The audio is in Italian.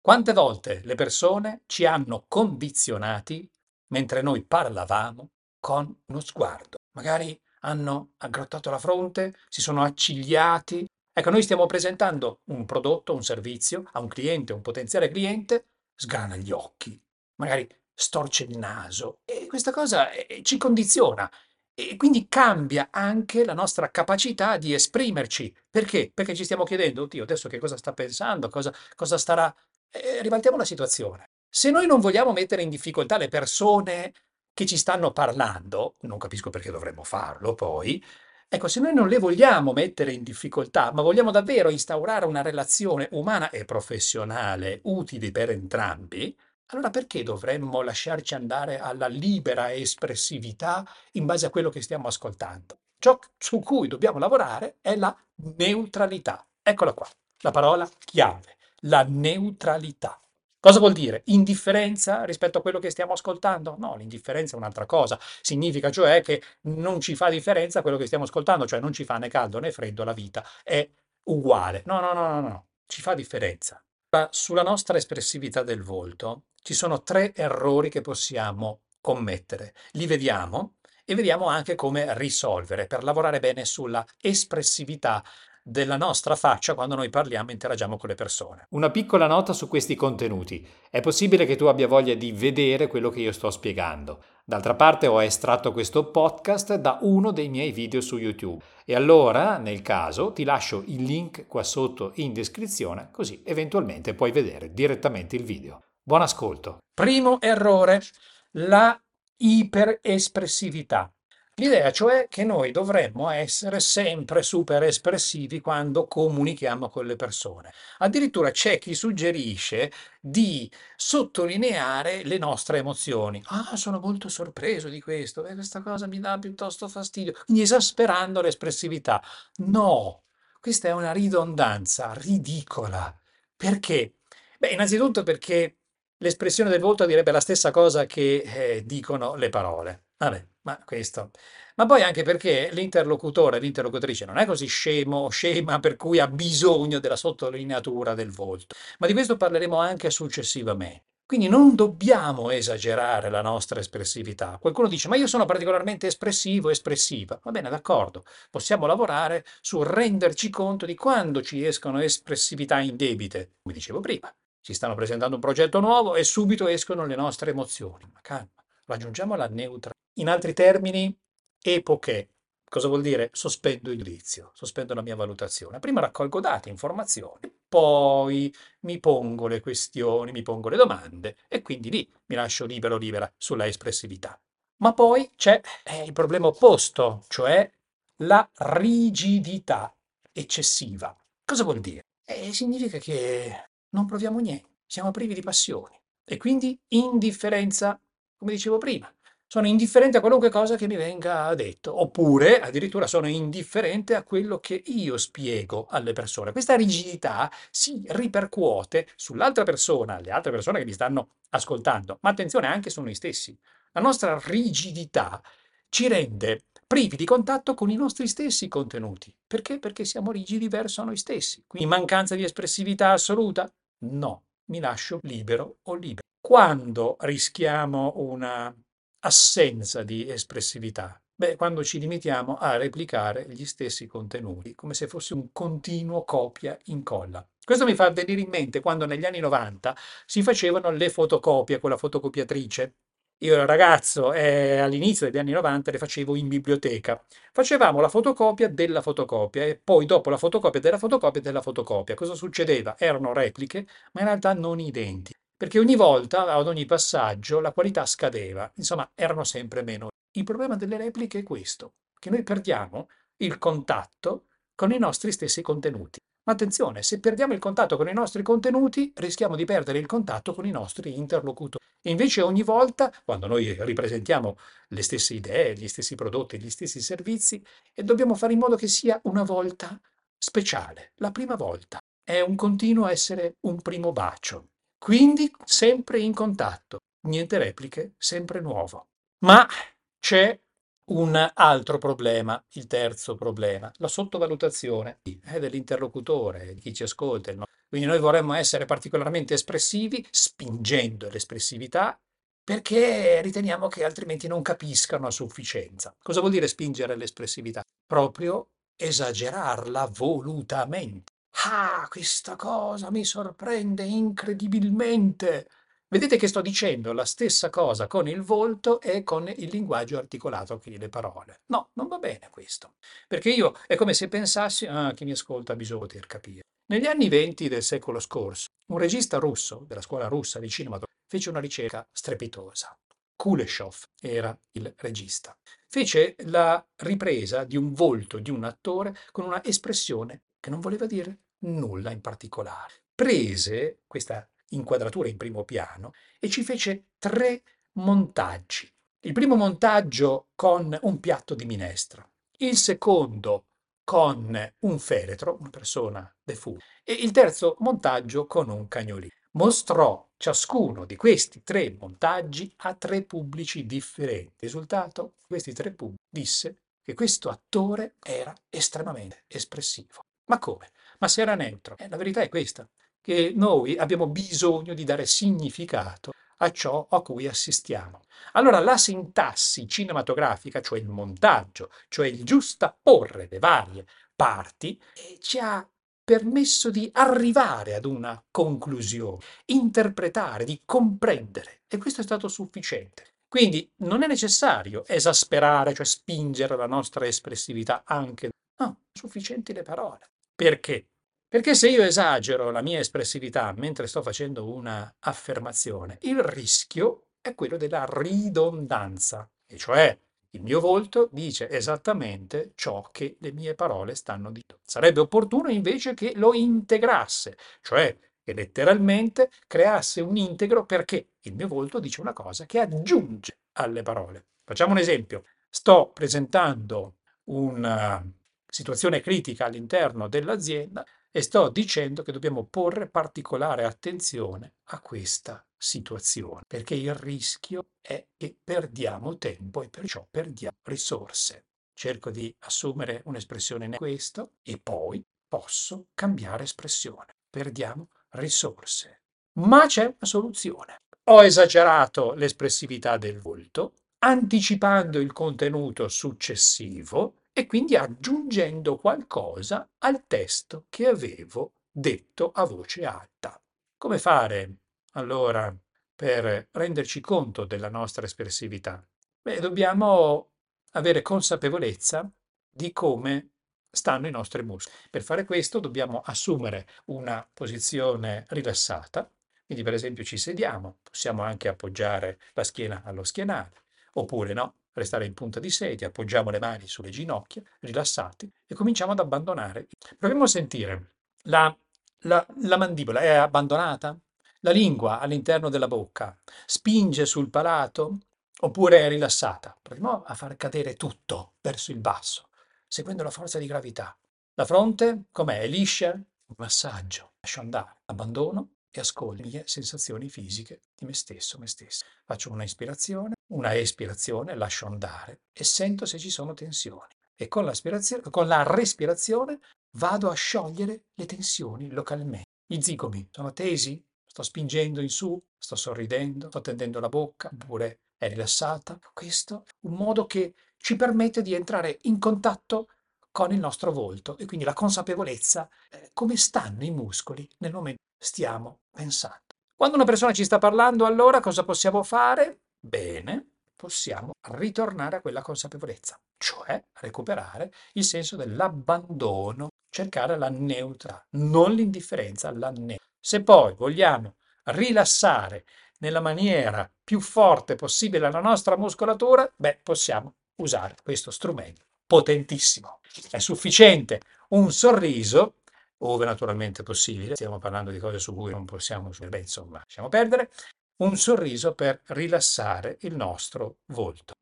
Quante volte le persone ci hanno condizionati mentre noi parlavamo con uno sguardo? Magari hanno aggrottato la fronte, si sono accigliati. Ecco, noi stiamo presentando un prodotto, un servizio a un cliente, un potenziale cliente, sgrana gli occhi, magari storce il naso e questa cosa ci condiziona e quindi cambia anche la nostra capacità di esprimerci. Perché? Perché ci stiamo chiedendo, oddio, adesso che cosa sta pensando, cosa starà. Ribaltiamo la situazione. Se noi non vogliamo mettere in difficoltà le persone che ci stanno parlando, non capisco perché dovremmo farlo poi, ecco, se noi non le vogliamo mettere in difficoltà, ma vogliamo davvero instaurare una relazione umana e professionale utile per entrambi, allora perché dovremmo lasciarci andare alla libera espressività in base a quello che stiamo ascoltando? Ciò su cui dobbiamo lavorare è la neutralità. Eccola qua, la parola chiave, la neutralità. Cosa vuol dire? Indifferenza rispetto a quello che stiamo ascoltando? No, l'indifferenza è un'altra cosa. Significa cioè che non ci fa differenza quello che stiamo ascoltando, cioè non ci fa né caldo né freddo, la vita è uguale. No, no, no, no, no, ci fa differenza. Ma sulla nostra espressività del volto ci sono tre errori che possiamo commettere. Li vediamo e vediamo anche come risolvere per lavorare bene sulla espressività della nostra faccia quando noi parliamo e interagiamo con le persone. Una piccola nota su questi contenuti. È possibile che tu abbia voglia di vedere quello che io sto spiegando. D'altra parte ho estratto questo podcast da uno dei miei video su YouTube e allora, nel caso, ti lascio il link qua sotto in descrizione, così eventualmente puoi vedere direttamente il video. Buon ascolto. Primo errore, la iperespressività. L'idea cioè che noi dovremmo essere sempre super espressivi quando comunichiamo con le persone. Addirittura c'è chi suggerisce di sottolineare le nostre emozioni. Ah, sono molto sorpreso di questo, questa cosa mi dà piuttosto fastidio, quindi esasperando l'espressività. No, questa è una ridondanza ridicola. Perché? Beh, innanzitutto perché l'espressione del volto direbbe la stessa cosa che dicono le parole. Vabbè, ma questo. Ma poi anche perché l'interlocutore, l'interlocutrice non è così scemo o scema per cui ha bisogno della sottolineatura del volto. Ma di questo parleremo anche successivamente. Quindi non dobbiamo esagerare la nostra espressività. Qualcuno dice, ma io sono particolarmente espressivo, espressiva. Va bene, d'accordo. Possiamo lavorare su renderci conto di quando ci escono espressività indebite, come dicevo prima. Ci stanno presentando un progetto nuovo e subito escono le nostre emozioni. Ma calma, raggiungiamo la neutralità. In altri termini, epoche. Cosa vuol dire? Sospendo il giudizio, sospendo la mia valutazione. Prima raccolgo dati, informazioni, poi mi pongo le questioni, mi pongo le domande e quindi lì mi lascio libero libera sulla espressività. Ma poi c'è il problema opposto, cioè la rigidità eccessiva. Cosa vuol dire? Significa che non proviamo niente, siamo privi di passioni e quindi indifferenza, come dicevo prima. Sono indifferente a qualunque cosa che mi venga detto, oppure addirittura sono indifferente a quello che io spiego alle persone. Questa rigidità si ripercuote sull'altra persona, le altre persone che mi stanno ascoltando, ma attenzione anche su noi stessi. La nostra rigidità ci rende privi di contatto con i nostri stessi contenuti. Perché? Perché siamo rigidi verso noi stessi. Quindi mancanza di espressività assoluta? No, mi lascio libero o libero. Quando rischiamo una assenza di espressività? Beh, quando ci limitiamo a replicare gli stessi contenuti, come se fosse un continuo copia-incolla. Questo mi fa venire in mente quando negli anni 90 si facevano le fotocopie con la fotocopiatrice. Io ero ragazzo e all'inizio degli anni 90 le facevo in biblioteca. Facevamo la fotocopia della fotocopia e poi dopo la fotocopia della fotocopia della fotocopia. Cosa succedeva? Erano repliche, ma in realtà non identiche, perché ogni volta, ad ogni passaggio, la qualità scadeva. Insomma, erano sempre meno. Il problema delle repliche è questo, che noi perdiamo il contatto con i nostri stessi contenuti. Ma attenzione, se perdiamo il contatto con i nostri contenuti, rischiamo di perdere il contatto con i nostri interlocutori. E invece ogni volta, quando noi ripresentiamo le stesse idee, gli stessi prodotti, gli stessi servizi, dobbiamo fare in modo che sia una volta speciale, la prima volta. È un continuo essere un primo bacio. Quindi sempre in contatto, niente repliche, sempre nuovo. Ma c'è Un altro problema, il terzo problema, la sottovalutazione dell'interlocutore, di chi ci ascolta. Quindi noi vorremmo essere particolarmente espressivi, spingendo l'espressività, perché riteniamo che altrimenti non capiscano a sufficienza. Cosa vuol dire spingere l'espressività? Proprio esagerarla volutamente. Ah, questa cosa mi sorprende incredibilmente. Vedete che sto dicendo la stessa cosa con il volto e con il linguaggio articolato, quindi le parole. No, non va bene questo, perché io è come se pensassi, ah, chi mi ascolta ha bisogno di poter capire. Negli anni 20 del secolo scorso, un regista russo della scuola russa di cinema fece una ricerca strepitosa. Kuleshov era il regista. Fece la ripresa di un volto di un attore con una espressione che non voleva dire nulla in particolare. Prese questa inquadratura in primo piano e ci fece tre montaggi. Il primo montaggio con un piatto di minestra, il secondo con un feretro, una persona defunta, e il terzo montaggio con un cagnolino. Mostrò ciascuno di questi tre montaggi a tre pubblici differenti. Il risultato? Questi tre pubblici disse che questo attore era estremamente espressivo. Ma come? Ma se era neutro? La verità è questa, che noi abbiamo bisogno di dare significato a ciò a cui assistiamo. Allora la sintassi cinematografica, cioè il montaggio, cioè il giustapporre le varie parti, ci ha permesso di arrivare ad una conclusione, interpretare, di comprendere, e questo è stato sufficiente. Quindi non è necessario esasperare, cioè spingere la nostra espressività anche. No, sono sufficienti le parole. Perché? Perché se io esagero la mia espressività mentre sto facendo una affermazione, il rischio è quello della ridondanza, e cioè il mio volto dice esattamente ciò che le mie parole stanno dicendo. Sarebbe opportuno invece che lo integrasse, cioè che letteralmente creasse un integro, perché il mio volto dice una cosa che aggiunge alle parole. Facciamo un esempio. Sto presentando una situazione critica all'interno dell'azienda e sto dicendo che dobbiamo porre particolare attenzione a questa situazione, perché il rischio è che perdiamo tempo e perciò perdiamo risorse. Cerco di assumere un'espressione in questo e poi posso cambiare espressione. Perdiamo risorse. Ma c'è una soluzione. Ho esagerato l'espressività del volto, anticipando il contenuto successivo e quindi aggiungendo qualcosa al testo che avevo detto a voce alta. Come fare allora per renderci conto della nostra espressività? Beh, dobbiamo avere consapevolezza di come stanno i nostri muscoli. Per fare questo dobbiamo assumere una posizione rilassata, quindi per esempio ci sediamo, possiamo anche appoggiare la schiena allo schienale, oppure no, restare in punta di sedia, appoggiamo le mani sulle ginocchia, rilassati, e cominciamo ad abbandonare. Proviamo a sentire. La, la mandibola è abbandonata? La lingua all'interno della bocca spinge sul palato oppure è rilassata? Proviamo a far cadere tutto verso il basso, seguendo la forza di gravità. La fronte com'è? È liscia? Un massaggio. Lascio andare, abbandono e ascolto le mie sensazioni fisiche di me stesso, me stessa. Faccio una ispirazione, una espirazione, lascio andare e sento se ci sono tensioni. E con la respirazione vado a sciogliere le tensioni localmente. Gli zigomi sono tesi? Sto spingendo in su? Sto sorridendo? Sto tendendo la bocca? Oppure è rilassata? Questo è un modo che ci permette di entrare in contatto con il nostro volto e quindi la consapevolezza come stanno i muscoli nel momento che stiamo pensando. Quando una persona ci sta parlando, allora cosa possiamo fare? Bene, possiamo ritornare a quella consapevolezza, cioè recuperare il senso dell'abbandono, cercare la neutralità, non l'indifferenza, la neutralità. Se poi vogliamo rilassare nella maniera più forte possibile la nostra muscolatura, beh, possiamo usare questo strumento potentissimo. È sufficiente un sorriso, ove naturalmente possibile, stiamo parlando di cose su cui non possiamo, beh, insomma, lasciamo perdere, un sorriso per rilassare il nostro volto.